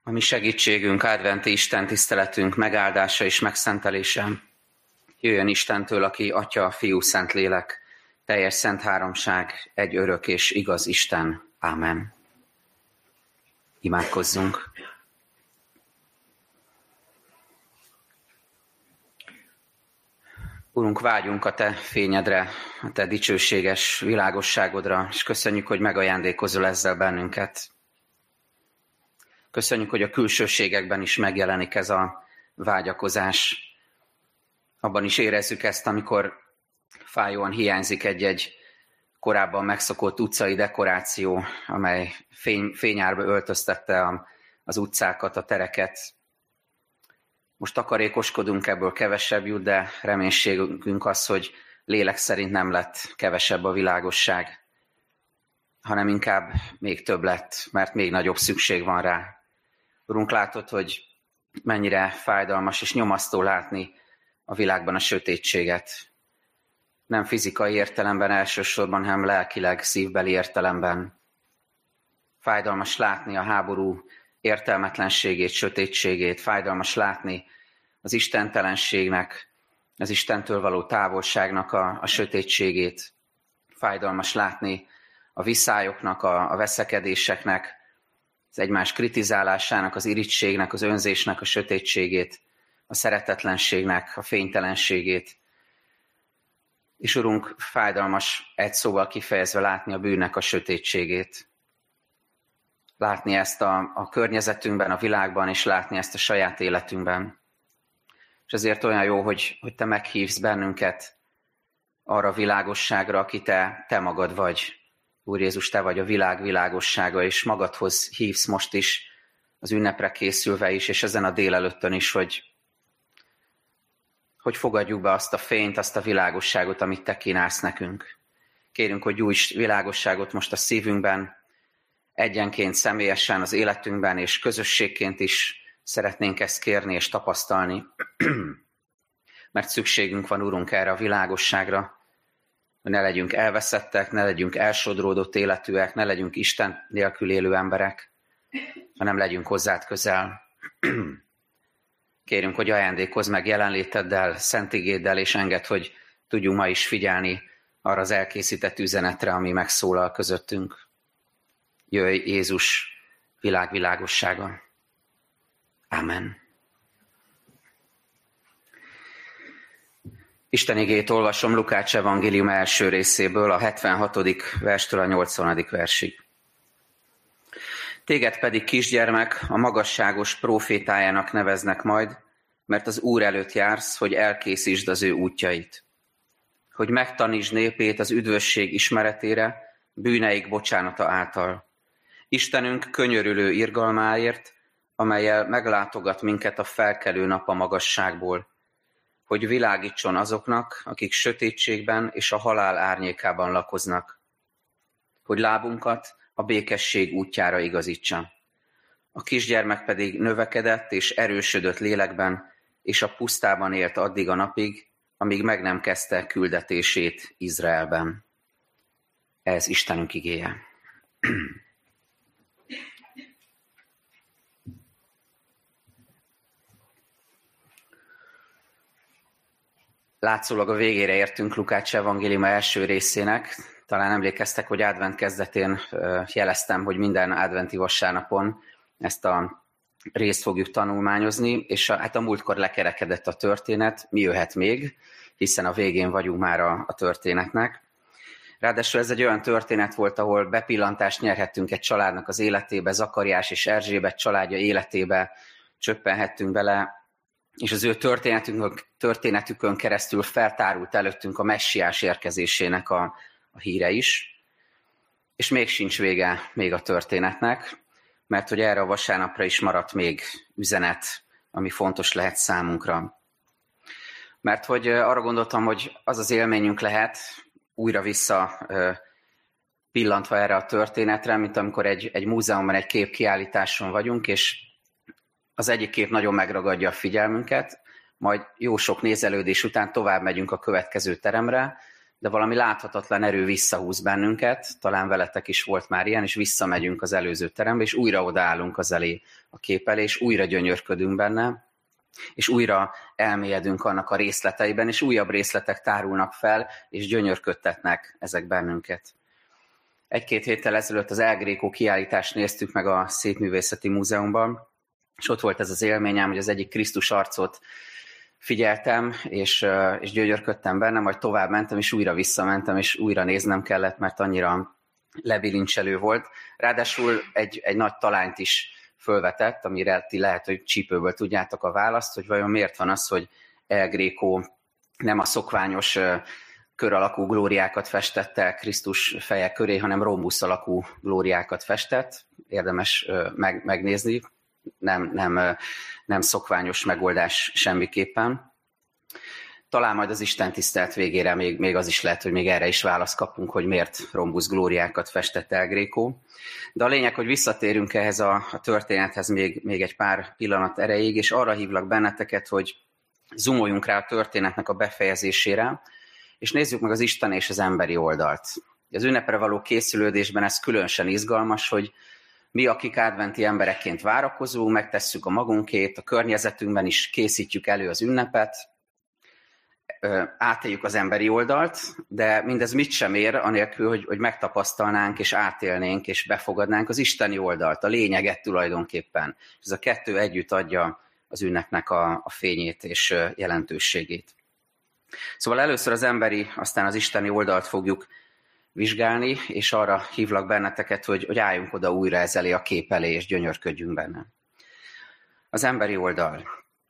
A mi segítségünk, adventi Isten tiszteletünk megáldása és megszentelése jöjjön Istentől, aki Atya, Fiú, Szentlélek, teljes szent háromság, egy örök és igaz Isten. Ámen. Imádkozzunk. Urunk, vágyunk a Te fényedre, a Te dicsőséges világosságodra, és köszönjük, hogy megajándékozol ezzel bennünket. Köszönjük, hogy a külsőségekben is megjelenik ez a vágyakozás. Abban is érezzük ezt, amikor fájóan hiányzik egy-egy korábban megszokott utcai dekoráció, amely fényárba öltöztette az utcákat, a tereket. Most takarékoskodunk, ebből kevesebb jut, de reménységünk az, hogy lélek szerint nem lett kevesebb a világosság, hanem inkább még több lett, mert még nagyobb szükség van rá. Urunk, látod, hogy mennyire fájdalmas és nyomasztó látni a világban a sötétséget. Nem fizikai értelemben elsősorban, hanem lelkileg, szívbeli értelemben. Fájdalmas látni a háború értelmetlenségét, sötétségét, fájdalmas látni az istentelenségnek, az Istentől való távolságnak a sötétségét. Fájdalmas látni a viszályoknak, a veszekedéseknek, az egymás kritizálásának, az irigységnek, az önzésnek a sötétségét, a szeretetlenségnek a fénytelenségét. És Urunk, fájdalmas egy szóval kifejezve látni a bűnnek a sötétségét. Látni ezt a környezetünkben, a világban, és látni ezt a saját életünkben. És ezért olyan jó, hogy Te meghívsz bennünket arra a világosságra, aki Te magad vagy. Úr Jézus, Te vagy a világ világossága, és magadhoz hívsz most is, az ünnepre készülve is, és ezen a délelőttön is, hogy fogadjuk be azt a fényt, azt a világosságot, amit Te kínálsz nekünk. Kérünk, hogy gyújts világosságot most a szívünkben, egyenként, személyesen az életünkben, és közösségként is szeretnénk ezt kérni és tapasztalni. Mert szükségünk van, Urunk, erre a világosságra, hogy ne legyünk elveszettek, ne legyünk elsodródott életűek, ne legyünk Isten nélkül élő emberek, hanem legyünk hozzád közel. Kérünk, hogy ajándékozz meg jelenléteddel, szent igéddel, és engedd, hogy tudjunk ma is figyelni arra az elkészített üzenetre, ami megszólal közöttünk. Jöjj, Jézus, világvilágossága. Ámen. Isten igét olvasom Lukács evangélium első részéből, a 76. verstől a 80. versig. Téged pedig, kisgyermek, a magasságos prófétájának neveznek majd, mert az Úr előtt jársz, hogy elkészítsd az ő útjait. Hogy megtanítsd népét az üdvösség ismeretére, bűneik bocsánata által. Istenünk könyörülő irgalmáért, amellyel meglátogat minket a felkelő nap a magasságból, hogy világítson azoknak, akik sötétségben és a halál árnyékában lakoznak, hogy lábunkat a békesség útjára igazítsa. A kisgyermek pedig növekedett és erősödött lélekben, és a pusztában élt addig a napig, amíg meg nem kezdte küldetését Izraelben. Ez Istenünk igéje. Látszólag a végére értünk Lukács evangéliuma első részének. Talán emlékeztek, hogy advent kezdetén jeleztem, hogy minden adventi vasárnapon ezt a részt fogjuk tanulmányozni, és hát a múltkor lekerekedett a történet, mi jöhet még, hiszen a végén vagyunk már a történetnek. Ráadásul ez egy olyan történet volt, ahol bepillantást nyerhettünk egy családnak az életébe, Zakariás és Erzsébet családja életébe csöppenhettünk bele, és az ő történetükön keresztül feltárult előttünk a messiás érkezésének a híre is. És még sincs vége még a történetnek, mert hogy erre a vasárnapra is maradt még üzenet, ami fontos lehet számunkra. Mert hogy arra gondoltam, hogy az az élményünk lehet, újra vissza pillantva erre a történetre, mint amikor egy múzeumban, egy képkiállításon vagyunk, és az egyik kép nagyon megragadja a figyelmünket, majd jó sok nézelődés után tovább megyünk a következő teremre, de valami láthatatlan erő visszahúz bennünket, talán veletek is volt már ilyen, és visszamegyünk az előző terembe, és újra odaállunk az elé, a kép elé, és újra gyönyörködünk benne, és újra elmélyedünk annak a részleteiben, és újabb részletek tárulnak fel, és gyönyörködtetnek ezek bennünket. Egy-két héttel ezelőtt az El Greco kiállítást néztük meg a Szépművészeti Múzeumban, és ott volt ez az élményem, hogy az egyik Krisztus arcot figyeltem, és gyönyörködtem benne, majd tovább mentem, és újra visszamentem, és újra néznem kellett, mert annyira lebilincselő volt. Ráadásul egy nagy talányt is fölvetett, amire ti lehet, hogy csípőből tudjátok a választ, hogy vajon miért van az, hogy El Greco nem a szokványos kör alakú glóriákat festette Krisztus feje köré, hanem rombusz alakú glóriákat festett. Érdemes megnézni, nem szokványos megoldás semmiképpen. Talán majd az Isten tisztelt végére még az is lehet, hogy még erre is választ kapunk, hogy miért rombusz glóriákat festett El Greco. De a lényeg, hogy visszatérünk ehhez a történethez még egy pár pillanat erejéig, és arra hívlak benneteket, hogy zoomoljunk rá a történetnek a befejezésére, és nézzük meg az Isten és az emberi oldalt. Az ünnepre való készülődésben ez különösen izgalmas, hogy mi, akik adventi emberekként várakozunk, megtesszük a magunkét, a környezetünkben is készítjük elő az ünnepet, átéljük az emberi oldalt, de mindez mit sem ér, anélkül, hogy megtapasztalnánk, és átélnénk, és befogadnánk az isteni oldalt, a lényeget tulajdonképpen. Ez a kettő együtt adja az ünnepnek a fényét és jelentőségét. Szóval először az emberi, aztán az isteni oldalt fogjuk vizsgálni, és arra hívlak benneteket, hogy álljunk oda újra ez elé a kép elé, és gyönyörködjünk benne. Az emberi oldal.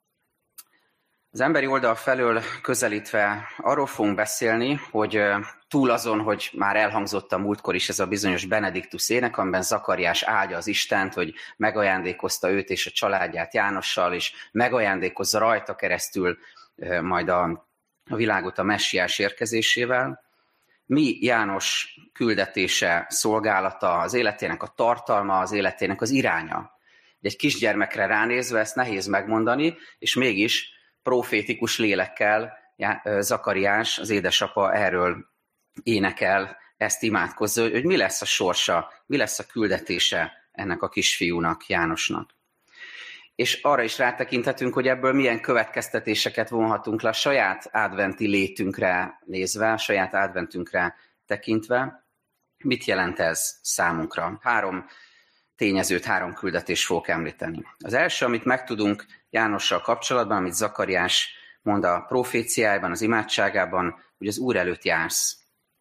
Az emberi oldal felől közelítve arról fogunk beszélni, hogy túl azon, hogy már elhangzott a múltkor is ez a bizonyos Benediktus ének, amiben Zakariás áldja az Istent, hogy megajándékozta őt és a családját Jánossal, és megajándékozza rajta keresztül majd a világot a messiás érkezésével. Mi János küldetése, szolgálata, az életének a tartalma, az életének az iránya. Egy kisgyermekre ránézve ezt nehéz megmondani, és mégis profétikus lélekkel Zakariás, az édesapa erről énekel, ezt imádkozza, hogy mi lesz a sorsa, mi lesz a küldetése ennek a kisfiúnak, Jánosnak. És arra is rátekinthetünk, hogy ebből milyen következtetéseket vonhatunk le a saját adventi létünkre nézve, a saját adventünkre tekintve. Mit jelent ez számunkra? 3 tényezőt, 3 küldetést fogok említeni. Az első, amit megtudunk Jánossal kapcsolatban, amit Zakariás mond a proféciájában, az imádságában, hogy az Úr előtt jársz.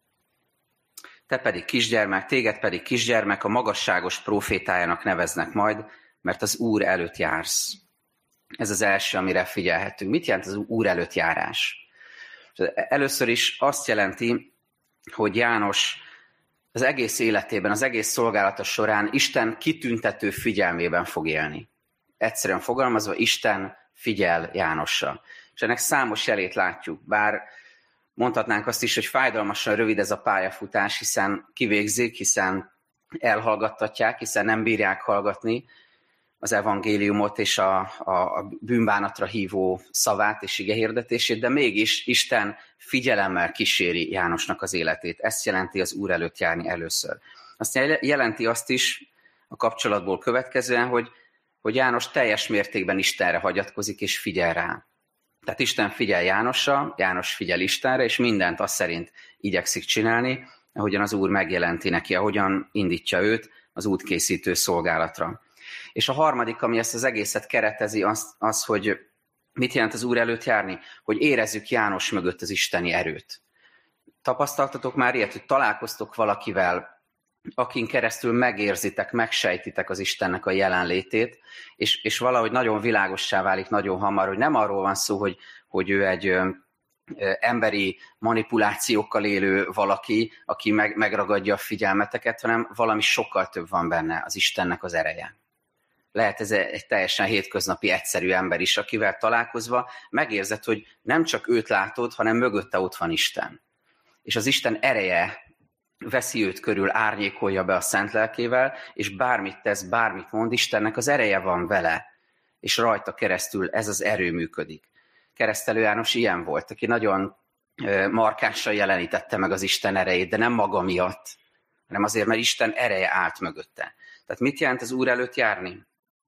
Téged pedig kisgyermek a magasságos profétájának neveznek majd, mert az Úr előtt jársz. Ez az első, amire figyelhetünk. Mit jelent az Úr előtt járás? Először is azt jelenti, hogy János az egész életében, az egész szolgálata során Isten kitüntető figyelmében fog élni. Egyszerűen fogalmazva, Isten figyel Jánosra. És ennek számos jelét látjuk, bár mondhatnánk azt is, hogy fájdalmasan rövid ez a pályafutás, hiszen kivégzik, hiszen elhallgattatják, hiszen nem bírják hallgatni az evangéliumot és a bűnbánatra hívó szavát és igehirdetését, de mégis Isten figyelemmel kíséri Jánosnak az életét. Ezt jelenti az Úr előtt járni először. Azt jelenti azt is a kapcsolatból következően, hogy János teljes mértékben Istenre hagyatkozik és figyel rá. Tehát Isten figyel Jánosra, János figyel Istenre, és mindent azt szerint igyekszik csinálni, ahogyan az Úr megjelenti neki, ahogyan indítja őt az útkészítő szolgálatra. És a harmadik, ami ezt az egészet keretezi, az, hogy mit jelent az Úr előtt járni? Hogy érezzük János mögött az isteni erőt. Tapasztaltatok már ilyet, hogy találkoztok valakivel, akin keresztül megérzitek, megsejtitek az Istennek a jelenlétét, és valahogy nagyon világossá válik nagyon hamar, hogy nem arról van szó, hogy ő egy emberi manipulációkkal élő valaki, aki megragadja a figyelmeteket, hanem valami sokkal több van benne, az Istennek az ereje. Lehet ez egy teljesen hétköznapi, egyszerű ember is, akivel találkozva megérzed, hogy nem csak őt látod, hanem mögötte ott van Isten. És az Isten ereje veszi őt körül, árnyékolja be a szent lelkével, és bármit tesz, bármit mond, Istennek az ereje van vele, és rajta keresztül ez az erő működik. Keresztelő János ilyen volt, aki nagyon markánsan jelenítette meg az Isten erejét, de nem maga miatt, hanem azért, mert Isten ereje állt mögötte. Tehát mit jelent az Úr előtt járni?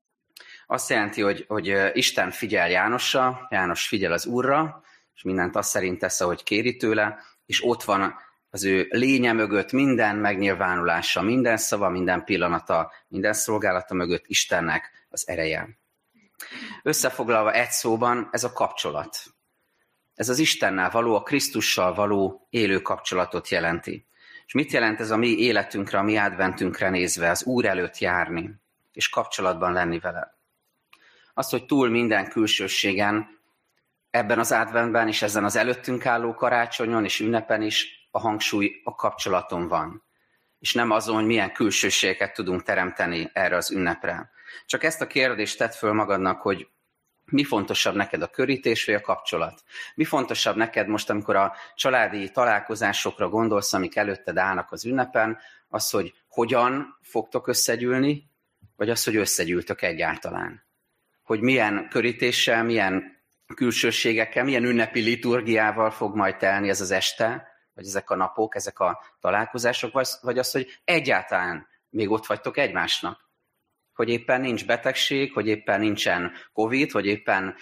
Azt jelenti, hogy Isten figyel Jánosra, János figyel az Úrra, és mindent azt szerint tesz, ahogy kéri tőle, és ott van az ő lénye mögött minden megnyilvánulása, minden szava, minden pillanata, minden szolgálata mögött Istennek az ereje. Összefoglalva egy szóban, ez a kapcsolat. Ez az Istennel való, a Krisztussal való élő kapcsolatot jelenti. És mit jelent ez a mi életünkre, a mi adventünkre nézve, az Úr előtt járni, és kapcsolatban lenni vele? Az, hogy túl minden külsőségen, ebben az adventben és ezen az előttünk álló karácsonyon és ünnepen is a hangsúly a kapcsolaton van. És nem azon, hogy milyen külsőségeket tudunk teremteni erre az ünnepre. Csak ezt a kérdést tedd föl magadnak, hogy mi fontosabb neked, a körítés vagy a kapcsolat? Mi fontosabb neked most, amikor a családi találkozásokra gondolsz, amik előtted állnak az ünnepen, az, hogy hogyan fogtok összegyűlni, vagy az, hogy összegyűltök egyáltalán? Hogy milyen körítéssel, milyen külsőségekkel, milyen ünnepi liturgiával fog majd telni ez az este, vagy ezek a napok, ezek a találkozások, vagy az, hogy egyáltalán még ott vagytok egymásnak. Hogy éppen nincs betegség, hogy éppen nincsen Covid, hogy éppen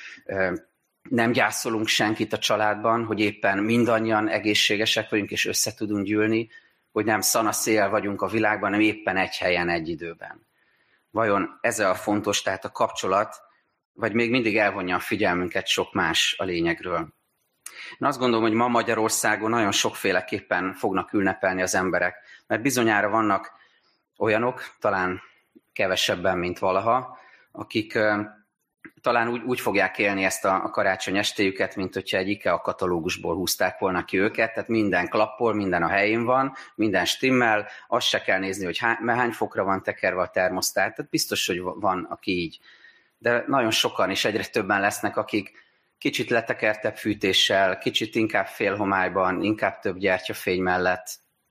nem gyászolunk senkit a családban, hogy éppen mindannyian egészségesek vagyunk és össze tudunk gyűlni, hogy nem szanaszél vagyunk a világban, hanem éppen egy helyen, egy időben. Vajon ez a fontos, tehát a kapcsolat, vagy még mindig elvonja a figyelmünket sok más a lényegről? Én azt gondolom, hogy ma Magyarországon nagyon sokféleképpen fognak ünnepelni az emberek, mert bizonyára vannak olyanok, talán kevesebben, mint valaha, akik talán úgy fogják élni ezt a karácsony estéjüket, mint hogyha egy IKEA katalógusból húzták volna ki őket, tehát minden klappol, minden a helyén van, minden stimmel, azt se kell nézni, hogy hány fokra van tekerve a termosztát, tehát biztos, hogy van, aki így. De nagyon sokan és egyre többen lesznek, akik kicsit letekertebb fűtéssel, kicsit inkább félhomályban, inkább több gyertyafény mellett,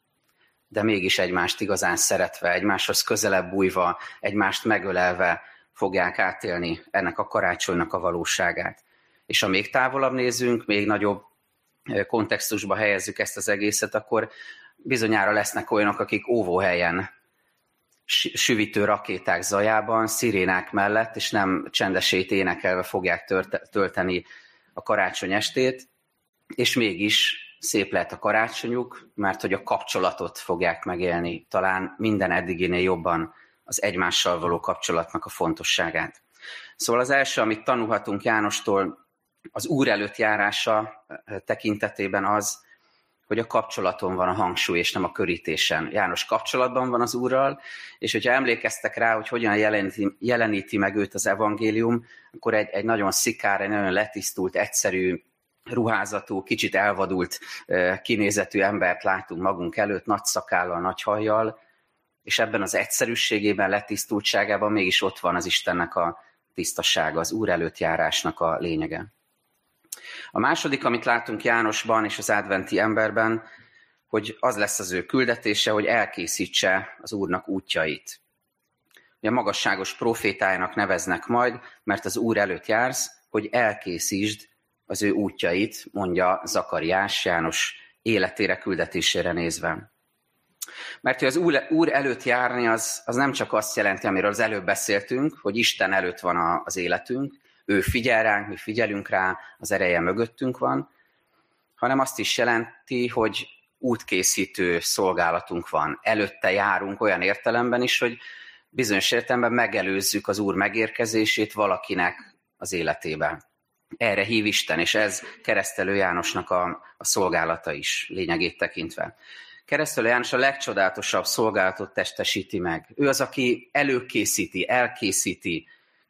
de mégis egymást igazán szeretve, egymáshoz közelebb bújva, egymást megölelve fogják átélni ennek a karácsonynak a valóságát. És ha még távolabb nézünk, még nagyobb kontextusba helyezzük ezt az egészet, akkor bizonyára lesznek olyanok, akik óvóhelyen, süvítő rakéták zajában, szirénák mellett, és nem csendesét énekelve fogják tölteni a karácsony estét, és mégis szép lehet a karácsonyuk, mert hogy a kapcsolatot fogják megélni, talán minden eddiginél jobban az egymással való kapcsolatnak a fontosságát. Szóval az első, amit tanulhatunk Jánostól az Úr előtt járása tekintetében az, hogy a kapcsolaton van a hangsúly, és nem a körítésen. János kapcsolatban van az Úrral, és hogyha emlékeztek rá, hogy hogyan jeleníti meg őt az evangélium, akkor egy nagyon szikár, egy nagyon letisztult, egyszerű, ruházatú, kicsit elvadult kinézetű embert látunk magunk előtt, nagy szakállal, nagy hajjal, és ebben az egyszerűségében, letisztultságában mégis ott van az Istennek a tisztasága, az Úr előtt járásnak a lényege. A második, amit látunk Jánosban és az adventi emberben, hogy az lesz az ő küldetése, hogy elkészítse az Úrnak útjait. A magasságos profétájának neveznek majd, mert az Úr előtt jársz, hogy elkészítsd az ő útjait, mondja Zakariás János életére, küldetésére nézve. Mert hogy az Úr előtt járni, az nem csak azt jelenti, amiről az előbb beszéltünk, hogy Isten előtt van az életünk, ő figyel ránk, mi figyelünk rá, az ereje mögöttünk van, hanem azt is jelenti, hogy útkészítő szolgálatunk van. Előtte járunk olyan értelemben is, hogy bizonyos értelemben megelőzzük az Úr megérkezését valakinek az életében. Erre hív Isten, és ez Keresztelő Jánosnak a szolgálata is lényegét tekintve. Keresztelő János a legcsodálatosabb szolgálatot testesíti meg. Ő az, aki elkészíti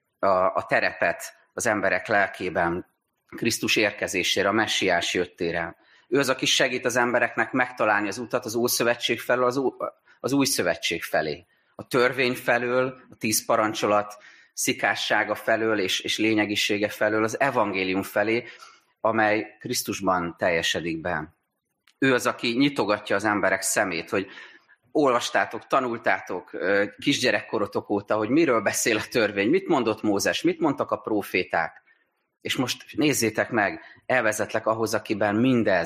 a terepet az emberek lelkében Krisztus érkezésére, a messiás jöttére. Ő az, aki segít az embereknek megtalálni az utat az Ószövetség felől az Új Szövetség felé. A törvény felől, a 10 parancsolat szikássága felől és lényegisége felől az evangélium felé, amely Krisztusban teljesedik be. Ő az, aki nyitogatja az emberek szemét, hogy olvastátok, tanultátok kisgyerekkorotok óta, hogy miről beszél a törvény, mit mondott Mózes, mit mondtak a próféták. És most nézzétek meg, elvezetlek ahhoz, akiben mindez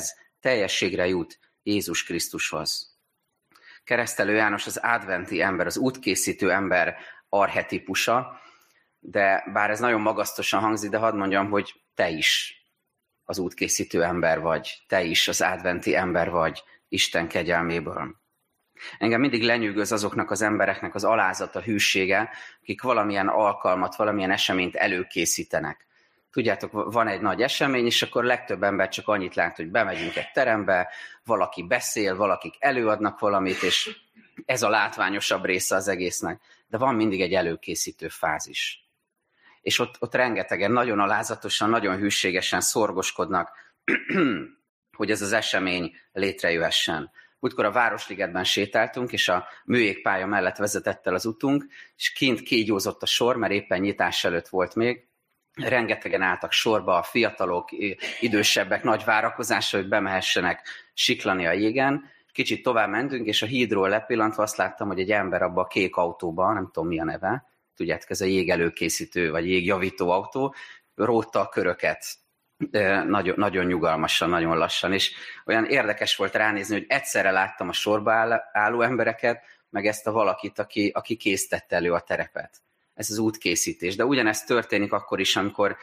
teljességre jut Jézus Krisztushoz. Keresztelő János az adventi ember, az útkészítő ember archetipusa, de bár ez nagyon magasztosan hangzik, de hadd mondjam, hogy te is az útkészítő ember vagy, te is az adventi ember vagy Isten kegyelméből. Engem mindig lenyűgöz azoknak az embereknek az alázata, hűsége, akik valamilyen alkalmat, valamilyen eseményt előkészítenek. Tudjátok, van egy nagy esemény, és akkor legtöbb ember csak annyit lát, hogy bemegyünk egy terembe, valaki beszél, valakik előadnak valamit, és ez a látványosabb része az egésznek. De van mindig egy előkészítő fázis. És ott rengetegen nagyon alázatosan, nagyon hűségesen szorgoskodnak, hogy ez az esemény létrejöhessen. Múltkor a Városligetben sétáltunk, és a műjégpálya mellett vezetett el az utunk, és kint kígyózott a sor, mert éppen nyitás előtt volt még. Rengetegen álltak sorba, a fiatalok, idősebbek, nagy várakozással, hogy bemehessenek siklani a jégen. Kicsit tovább mentünk, és a hídról lepillantva azt láttam, hogy egy ember abba a kék autóba, nem tudom mi a neve, tudjátok, ez a jégelőkészítő, vagy jégjavító autó, rótta a köröket. Nagyon, nagyon nyugalmasan, nagyon lassan, és olyan érdekes volt ránézni, hogy egyszerre láttam a sorba álló embereket, meg ezt a valakit, aki készítette elő a terepet. Ez az útkészítés. De ugyanezt történik akkor is, amikor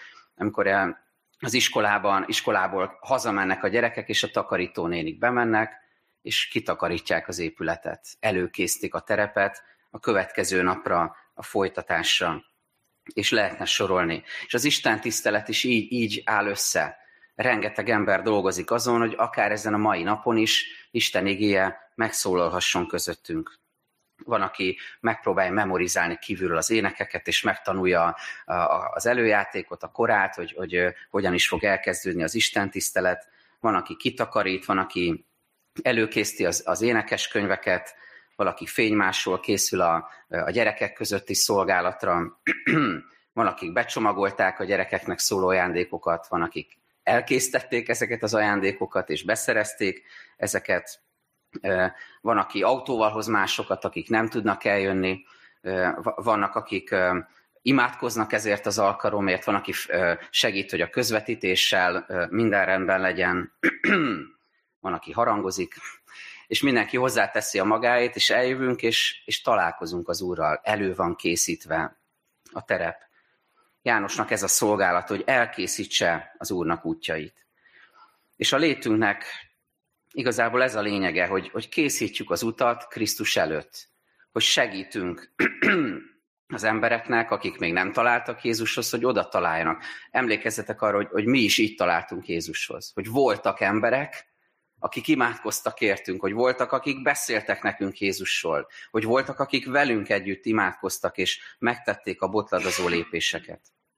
az iskolából hazamennek a gyerekek, és a takarítónénik bemennek, és kitakarítják az épületet. Előkészítik a terepet a következő napra, a folytatásra, és lehetne sorolni. És az Isten tisztelet is így áll össze. Rengeteg ember dolgozik azon, hogy akár ezen a mai napon is Isten igéje megszólalhasson közöttünk. Van, aki megpróbálja memorizálni kívülről az énekeket, és megtanulja az előjátékot, a korát, hogy hogyan is fog elkezdődni az Isten tisztelet. Van, aki kitakarít, van, aki előkészíti az énekeskönyveket, valaki fénymásol, készül a gyerekek közötti szolgálatra, van, akik becsomagolták a gyerekeknek szóló ajándékokat, van, akik elkészítették ezeket az ajándékokat, és beszerezték ezeket, van, aki autóval hoz másokat, akik nem tudnak eljönni, vannak, akik imádkoznak ezért az alkalomért, van, aki segít, hogy a közvetítéssel minden rendben legyen, van, aki harangozik, és mindenki hozzáteszi a magáét, és eljövünk, és találkozunk az Úrral. Elő van készítve a terep. Jánosnak ez a szolgálat, hogy elkészítse az Úrnak útjait. És a létünknek igazából ez a lényege, hogy készítjük az utat Krisztus előtt. Hogy segítünk az embereknek, akik még nem találtak Jézushoz, hogy oda találjanak. Emlékezzetek arra, hogy mi is így találtunk Jézushoz. Hogy voltak emberek, akik imádkoztak értünk, hogy voltak, akik beszéltek nekünk Jézusról, hogy voltak, akik velünk együtt imádkoztak, és megtették a botladozó lépéseket.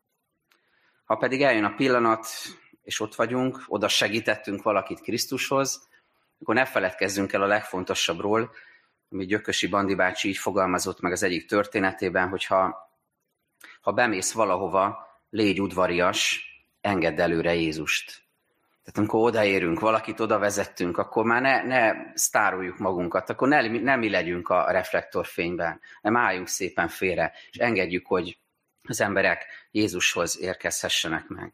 Ha pedig eljön a pillanat, és ott vagyunk, oda segítettünk valakit Krisztushoz, akkor ne feledkezzünk el a legfontosabbról, amit Gyökösi Bandi bácsi így fogalmazott meg az egyik történetében, hogy ha bemész valahova, légy udvarias, engedd előre Jézust. Tehát amikor odaérünk, valakit oda vezettünk, akkor már ne sztároljuk magunkat, akkor ne mi legyünk a reflektorfényben, nem álljunk szépen félre, és engedjük, hogy az emberek Jézushoz érkezhessenek meg.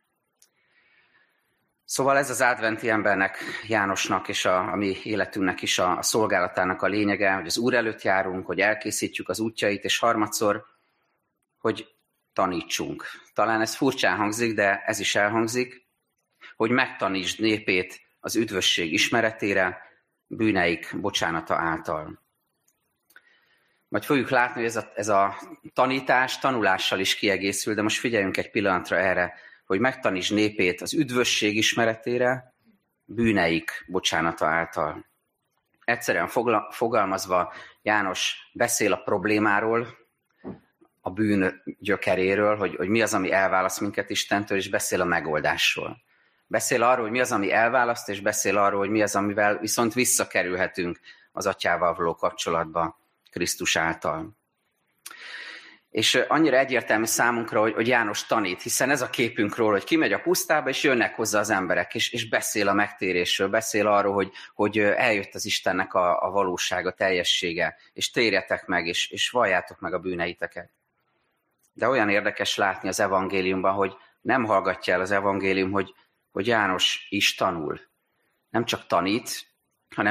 Szóval ez az adventi embernek, Jánosnak és a mi életünknek is a szolgálatának a lényege, hogy az Úr előtt járunk, hogy elkészítjük az útjait, és harmadszor, hogy tanítsunk. Talán ez furcsán hangzik, de ez is elhangzik, hogy megtanítsd népét az üdvösség ismeretére, bűneik bocsánata által. Majd fogjuk látni, hogy ez a tanítás tanulással is kiegészül, de most figyeljünk egy pillanatra erre, hogy megtanítsd népét az üdvösség ismeretére, bűneik bocsánata által. Egyszerűen fogalmazva János beszél a problémáról, a bűn gyökeréről, hogy mi az, ami elválaszt minket Istentől, és beszél a megoldásról. Beszél arról, hogy mi az, ami elválaszt, és beszél arról, hogy mi az, amivel viszont visszakerülhetünk az Atyával való kapcsolatba Krisztus által. És annyira egyértelmű számunkra, hogy János tanít, hiszen ez a képünk róla, hogy kimegy a pusztába, és jönnek hozzá az emberek, és beszél a megtérésről, beszél arról, hogy eljött az Istennek a valóság, a teljessége, és térjetek meg, és valljátok meg a bűneiteket. De olyan érdekes látni az evangéliumban, hogy nem hallgatja el az evangélium, hogy János is tanul. Nem csak tanít, hanem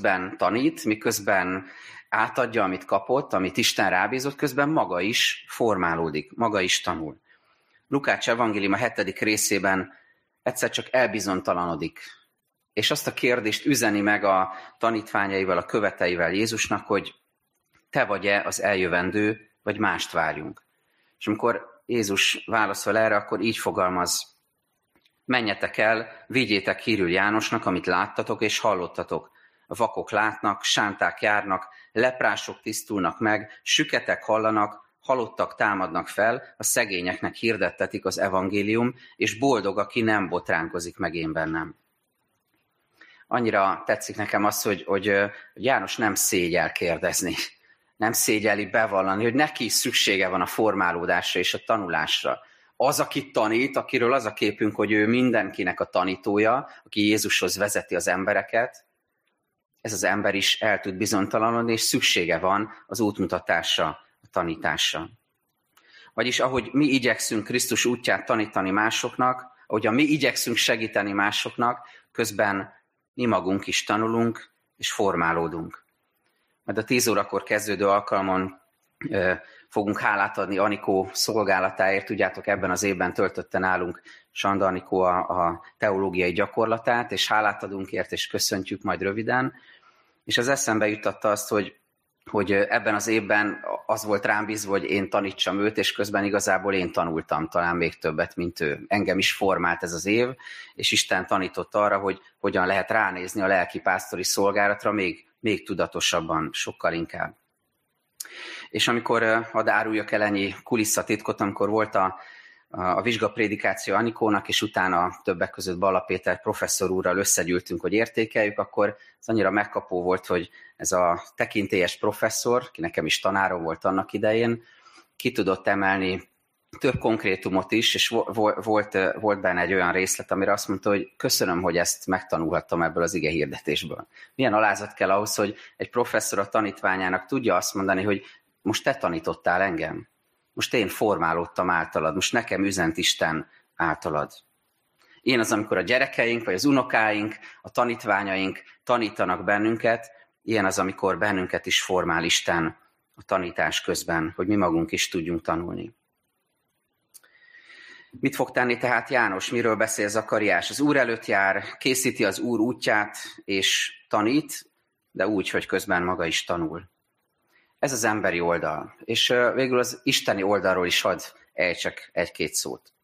miközben átadja, amit kapott, amit Isten rábízott, közben maga is formálódik, maga is tanul. Lukács evangélium a 7. részében egyszer csak elbizonytalanodik, és azt a kérdést üzeni meg a tanítványaival, a követeivel Jézusnak, hogy te vagy-e az eljövendő, vagy mást várjunk. És amikor Jézus válaszol erre, akkor így fogalmaz: menjetek el, vigyétek hírül Jánosnak, amit láttatok és hallottatok. A vakok látnak, sánták járnak, leprások tisztulnak meg, süketek hallanak, halottak támadnak fel, a szegényeknek hirdettetik az evangélium, és boldog, aki nem botránkozik meg én bennem. Annyira tetszik nekem az, hogy János nem szégyel kérdezni, nem szégyeli bevallani, hogy neki is szüksége van a formálódásra és a tanulásra. Az, aki tanít, akiről az a képünk, hogy ő mindenkinek a tanítója, aki Jézushoz vezeti az embereket, ez az ember is el tud bizonytalanodni, és szüksége van az útmutatásra, a tanításra. Vagyis ahogy mi igyekszünk Krisztus útját tanítani másoknak, ahogyan mi igyekszünk segíteni másoknak, közben mi magunk is tanulunk és formálódunk. Majd a 10 órakor kezdődő alkalmon fogunk hálát adni Anikó szolgálatáért. Tudjátok, ebben az évben töltötte nálunk Sanda Anikó a teológiai gyakorlatát, és hálát adunk ért, és köszöntjük majd röviden. És az eszembe juttatta azt, hogy ebben az évben az volt rám bízva, hogy én tanítsam őt, és közben igazából én tanultam talán még többet, mint ő. Engem is formált ez az év, és Isten tanított arra, hogy hogyan lehet ránézni a lelkipásztori szolgálatra még tudatosabban, sokkal inkább. És amikor hadd áruljak el ennyi kulisszatitkot, amikor volt a vizsgaprédikáció Anikónak, és utána többek között Balla Péter professzor úrral összegyűltünk, hogy értékeljük, akkor ez annyira megkapó volt, hogy ez a tekintélyes professzor, ki nekem is tanárom volt annak idején, ki tudott emelni több konkrétumot is, és volt benne egy olyan részlet, amire azt mondta, hogy köszönöm, hogy ezt megtanulhattam ebből az ige hirdetésből. Milyen alázat kell ahhoz, hogy egy professzor a tanítványának tudja azt mondani, hogy most te tanítottál engem, most én formálódtam általad, most nekem üzent Isten általad. Ilyen az, amikor a gyerekeink, vagy az unokáink, a tanítványaink tanítanak bennünket, ilyen az, amikor bennünket is formál Isten a tanítás közben, hogy mi magunk is tudjunk tanulni. Mit fog tenni tehát János? Miről beszél Zakariás? Az Úr előtt jár, készíti az Úr útját, és tanít, de úgy, hogy közben maga is tanul. Ez az emberi oldal. És végül az isteni oldalról is hadd ejtsek egy-két szót.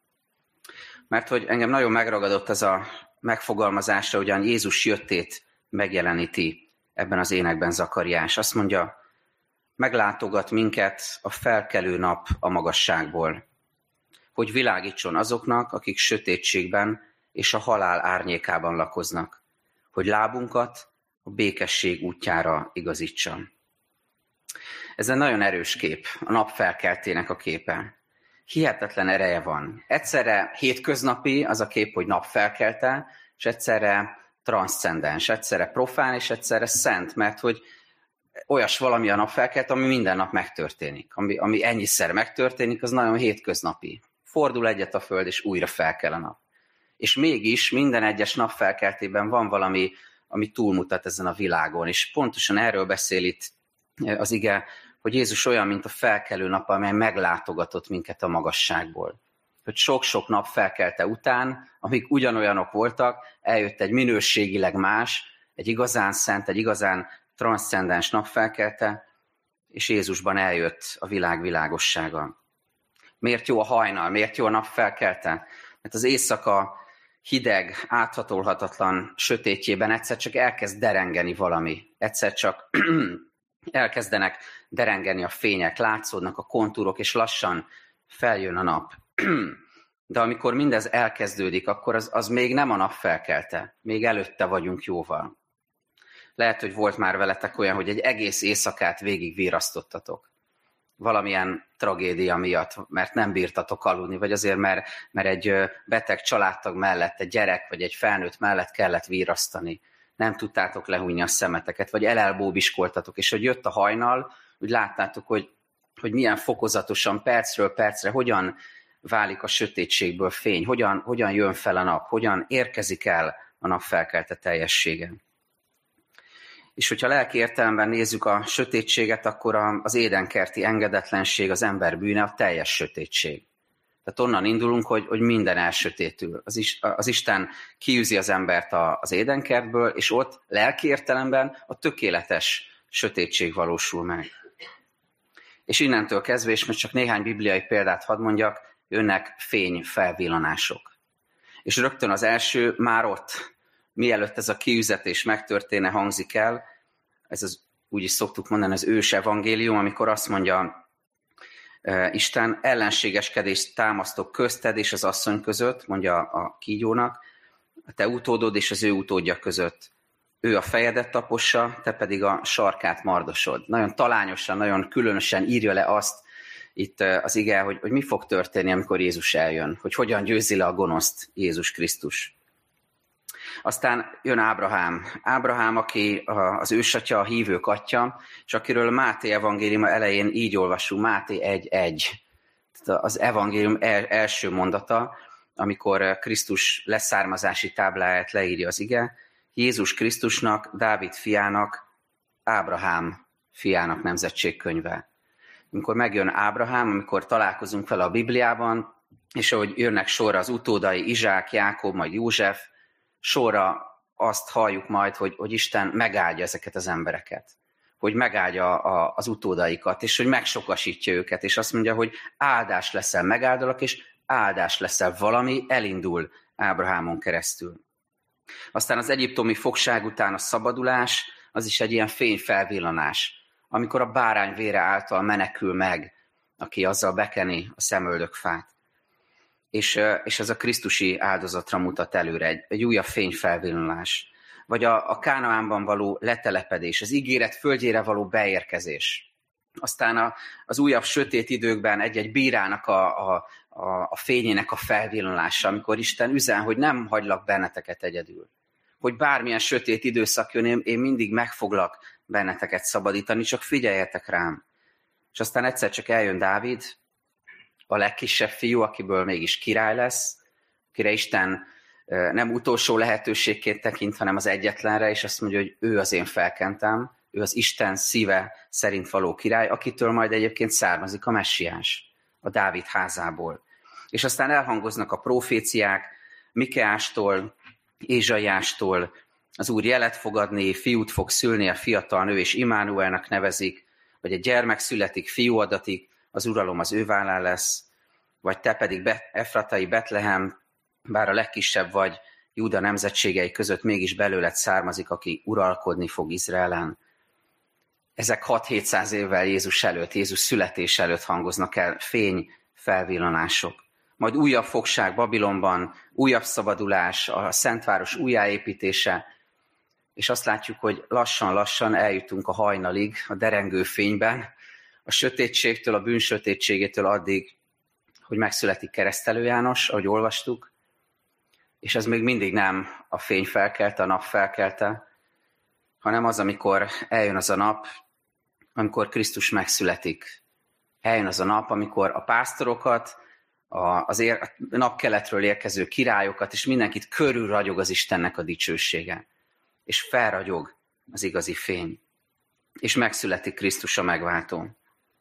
Mert hogy engem nagyon megragadott ez a megfogalmazásra, ugyan Jézus jöttét megjeleníti ebben az énekben Zakariás. Azt mondja, meglátogat minket a felkelő nap a magasságból, hogy világítson azoknak, akik sötétségben és a halál árnyékában lakoznak, hogy lábunkat a békesség útjára igazítsa. Ez egy nagyon erős kép, a nap felkeltének a képe. Hihetetlen ereje van. Egyszerre hétköznapi az a kép, hogy nap felkelte, és egyszerre transzcendens, egyszerre profán, és egyszerre szent, mert hogy olyas valami a nap felkelt, ami minden nap megtörténik. Ami ennyiszer megtörténik, az nagyon hétköznapi. Fordul egyet a föld, és újra felkel a nap. És mégis minden egyes nap felkeltében van valami, ami túlmutat ezen a világon, és pontosan erről beszél itt az ige, hogy Jézus olyan, mint a felkelő nap, amely meglátogatott minket a magasságból. Hogy sok-sok nap felkelte után, amik ugyanolyanok voltak, eljött egy minőségileg más, egy igazán szent, egy igazán transzcendens nap felkelte, és Jézusban eljött a világ világossága. Miért jó a hajnal? Miért jó a nap felkelte? Mert az éjszaka hideg, áthatolhatatlan sötétjében egyszer csak elkezd derengeni valami. Egyszer csak elkezdenek derengeni a fények, látszódnak a kontúrok, és lassan feljön a nap. De amikor mindez elkezdődik, akkor az még nem a nap felkelte, még előtte vagyunk jóval. Lehet, hogy volt már veletek olyan, hogy egy egész éjszakát végig virrasztottatok. Valamilyen tragédia miatt, mert nem bírtatok aludni, vagy azért, mert egy beteg családtag mellett, egy gyerek vagy egy felnőtt mellett kellett virrasztani. Nem tudtátok lehújni a szemeteket, vagy elbóbiskoltatok, és hogy jött a hajnal, úgy láttátok, hogy milyen fokozatosan, percről percre, hogyan válik a sötétségből fény, hogyan jön fel a nap, hogyan érkezik el a nap felkelte teljessége. És hogyha lelki értelemben nézzük a sötétséget, akkor az édenkerti engedetlenség, az ember bűne a teljes sötétség. Tehát onnan indulunk, hogy minden elsötétül. Az Isten kiűzi az embert az édenkertből, és ott lelki értelemben a tökéletes sötétség valósul meg. És innentől kezdve, és most csak néhány bibliai példát hadd mondjak, jönnek fényfelvillanások. És rögtön az első már ott, mielőtt ez a kiüzetés megtörténne, hangzik el, úgy is szoktuk mondani, az ős evangélium, amikor azt mondja Isten, ellenségeskedést támasztok közted és az asszony között, mondja a kígyónak, a te utódod és az ő utódja között. Ő a fejedet tapossa, te pedig a sarkát mardosod. Nagyon talányosan, nagyon különösen írja le azt itt az ige, hogy mi fog történni, amikor Jézus eljön, hogy hogyan győzi le a gonoszt Jézus Krisztus. Aztán jön Ábrahám. Ábrahám, aki az ősatya, a hívők atya, és akiről Máté evangéliuma elején így olvasunk, Máté 1.1. Az evangélium első mondata, amikor Krisztus leszármazási tábláját leírja az ige, Jézus Krisztusnak, Dávid fiának, Ábrahám fiának nemzetségkönyve. Amikor megjön Ábrahám, amikor találkozunk vele a Bibliában, és ahogy jönnek sorra az utódai, Izsák, Jákob, majd József, sorra azt halljuk majd, hogy Isten megáldja ezeket az embereket, hogy megáldja az utódaikat, és hogy megsokasítja őket, és azt mondja, hogy áldás leszel, megáldalak, és áldás leszel, valami elindul Ábrahámon keresztül. Aztán az egyiptomi fogság után a szabadulás, az is egy ilyen fényfelvillanás, amikor a bárány vére által menekül meg, aki azzal bekeni a szemöldökfát. És ez a krisztusi áldozatra mutat előre, egy újabb fényfelvillanás. Vagy a Kánaánban való letelepedés, az ígéret földjére való beérkezés. Aztán az újabb sötét időkben egy-egy bírának a fényének a felvillanása, amikor Isten üzen, hogy nem hagylak benneteket egyedül. Hogy bármilyen sötét időszak jön, én mindig meg foglak benneteket szabadítani, csak figyeljetek rám. És aztán egyszer csak eljön Dávid, a legkisebb fiú, akiből mégis király lesz, akire Isten nem utolsó lehetőségként tekint, hanem az egyetlenre, és azt mondja, hogy ő az én felkentem, ő az Isten szíve szerint való király, akitől majd egyébként származik a messiás, a Dávid házából. És aztán elhangoznak a proféciák, Mikeástól, Ézsaiástól, az Úr jelet fog adni, fiút fog szülni, a fiatal nő, és Immanuelnek nevezik, vagy egy gyermek születik, fiú adatik, az uralom az ő vállán lesz, vagy te pedig Efratai Betlehem, bár a legkisebb vagy Júda nemzetségei között mégis belőled származik, aki uralkodni fog Izraelen. Ezek 6-700 évvel Jézus előtt, Jézus születés előtt hangoznak el fényfelvillanások. Majd újabb fogság Babilonban, újabb szabadulás, a Szentváros újjáépítése, és azt látjuk, hogy lassan-lassan eljutunk a hajnalig, a derengő fényben, a sötétségtől, a bűn sötétségétől addig, hogy megszületik Keresztelő János, ahogy olvastuk, és ez még mindig nem a fény felkelte, a nap felkelte, hanem az, amikor eljön az a nap, amikor Krisztus megszületik. Eljön az a nap, amikor a pásztorokat, a napkeletről érkező királyokat, és mindenkit körül ragyog az Istennek a dicsősége. És felragyog az igazi fény. És megszületik Krisztus a megváltó.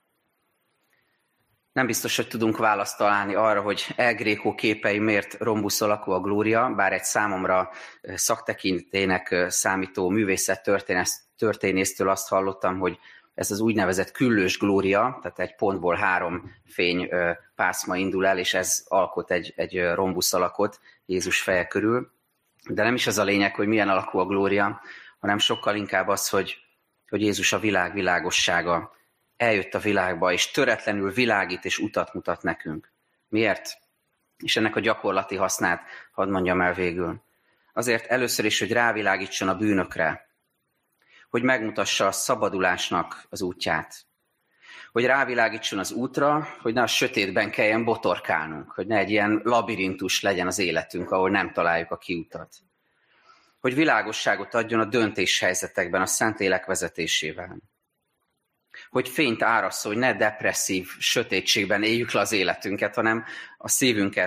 Nem biztos, hogy tudunk választ találni arra, hogy El Greco képei miért rombusz alakú a glória, bár egy számomra szaktekintének számító művészettörténésztől azt hallottam, hogy ez az úgynevezett küllős glória, tehát egy pontból 3 fény pászma indul el, és ez alkot egy rombusz alakot Jézus feje körül. De nem is az a lényeg, hogy milyen alakú a glória, hanem sokkal inkább az, hogy Jézus a világ világossága, eljött a világba, és töretlenül világít és utat mutat nekünk. Miért? És ennek a gyakorlati hasznát hadd mondjam el végül. Azért először is, hogy rávilágítson a bűnökre, hogy megmutassa a szabadulásnak az útját, hogy rávilágítson az útra, hogy ne a sötétben kelljen botorkálnunk, hogy ne egy ilyen labirintus legyen az életünk, ahol nem találjuk a kiutat. Hogy világosságot adjon a döntéshelyzetekben a Szentlélek vezetésével. Hogy fényt árasszol, hogy ne depresszív sötétségben éljük le az életünket, hanem a szívünket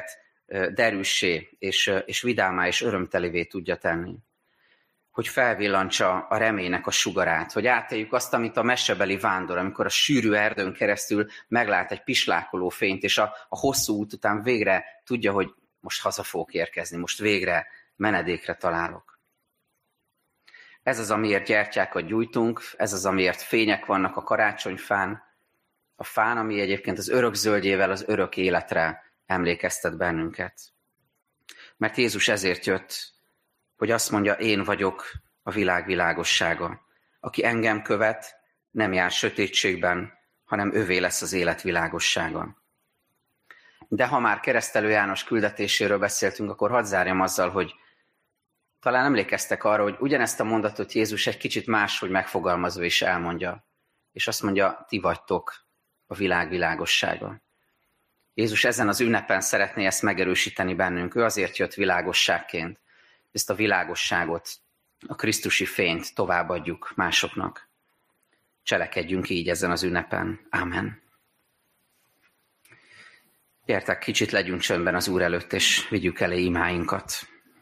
derűssé, és vidámá és örömtelivé tudja tenni. Hogy felvillantsa a reménynek a sugarát, hogy átéljük azt, amit a mesebeli vándor, amikor a sűrű erdőn keresztül meglát egy pislákoló fényt, és a hosszú út után végre tudja, hogy most haza fogok érkezni, most végre menedékre találok. Ez az, amiért gyertyákat gyújtunk, ez az, amiért fények vannak a karácsonyfán, a fán, ami egyébként az örök zöldjével az örök életre emlékeztet bennünket. Mert Jézus ezért jött, hogy azt mondja, én vagyok a világ világossága. Aki engem követ, nem jár sötétségben, hanem ővé lesz az élet világossága. De ha már Keresztelő János küldetéséről beszéltünk, akkor hadd zárjam azzal, hogy talán emlékeztek arra, hogy ugyanezt a mondatot Jézus egy kicsit máshogy megfogalmazva is elmondja. És azt mondja, ti vagytok a világ világossága. Jézus ezen az ünnepen szeretné ezt megerősíteni bennünk. Ő azért jött világosságként. Ezt a világosságot, a krisztusi fényt továbbadjuk másoknak. Cselekedjünk így ezen az ünnepen. Ámen. Gyertek, kicsit legyünk csöndben az Úr előtt, és vigyük elé imáinkat.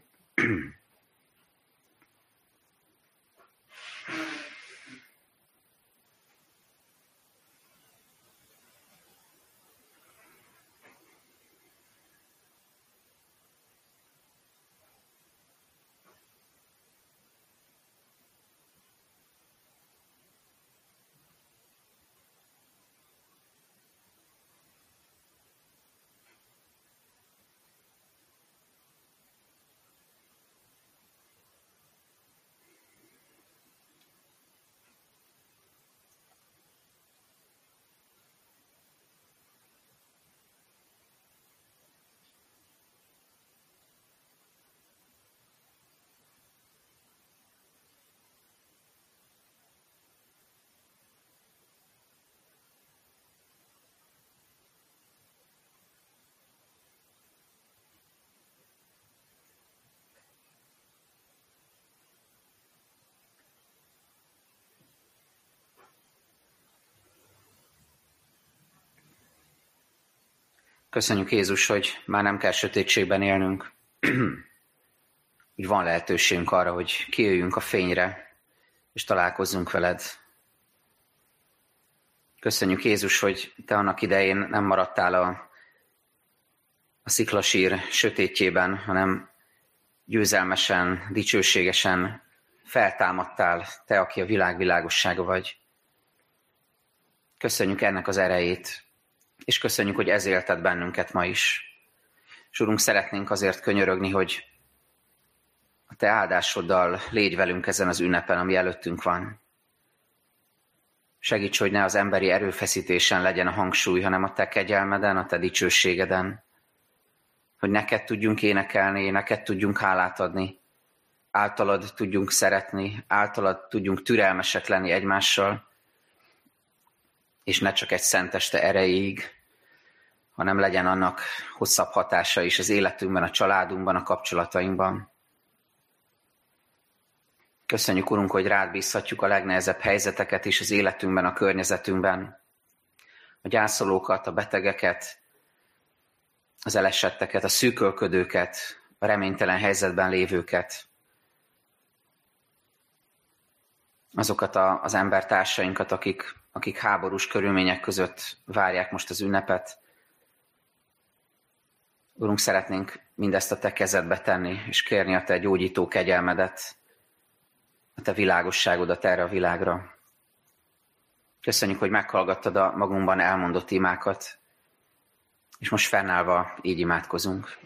Köszönjük Jézus, hogy már nem kell sötétségben élnünk. Úgy van lehetőségünk arra, hogy kijöjjünk a fényre, és találkozzunk veled. Köszönjük Jézus, hogy te annak idején nem maradtál a sziklasír sötétjében, hanem győzelmesen, dicsőségesen feltámadtál, te, aki a világ világossága vagy. Köszönjük ennek az erejét, és köszönjük, hogy ez éltet bennünket ma is. És Urunk, szeretnénk azért könyörögni, hogy a te áldásoddal légy velünk ezen az ünnepen, ami előttünk van. Segíts, hogy ne az emberi erőfeszítésen legyen a hangsúly, hanem a te kegyelmeden, a te dicsőségeden. Hogy neked tudjunk énekelni, neked tudjunk hálát adni, általad tudjunk szeretni, általad tudjunk türelmesek lenni egymással, és ne csak egy szenteste erejéig, hanem legyen annak hosszabb hatása is az életünkben, a családunkban, a kapcsolatainkban. Köszönjük, Urunk, hogy rád bízhatjuk a legnehezebb helyzeteket is az életünkben, a környezetünkben. A gyászolókat, a betegeket, az elesetteket, a szűkölködőket, a reménytelen helyzetben lévőket. Azokat az embertársainkat, akik háborús körülmények között várják most az ünnepet. Urunk, szeretnénk mindezt a te kezedbe tenni, és kérni a te gyógyító kegyelmedet, a te világosságodat erre a világra. Köszönjük, hogy meghallgattad a magunkban elmondott imákat, és most fennállva így imádkozunk.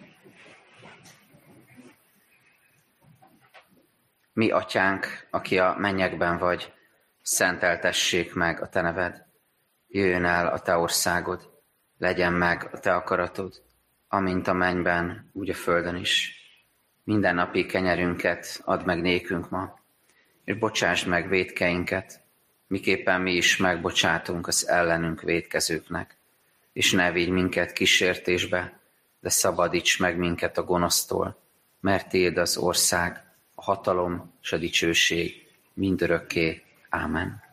Mi, Atyánk, aki a mennyekben vagy, szenteltessék meg a te neved. Jöjjön el a te országod, legyen meg a te akaratod, amint a mennyben, úgy a földön is. Mindennapi kenyerünket add meg nékünk ma, és bocsásd meg vétkeinket, miképpen mi is megbocsátunk az ellenünk vétkezőknek. És ne vigy minket kísértésbe, de szabadíts meg minket a gonosztól, mert tiéd az ország, a hatalom és a dicsőség mindörökké. Ámen.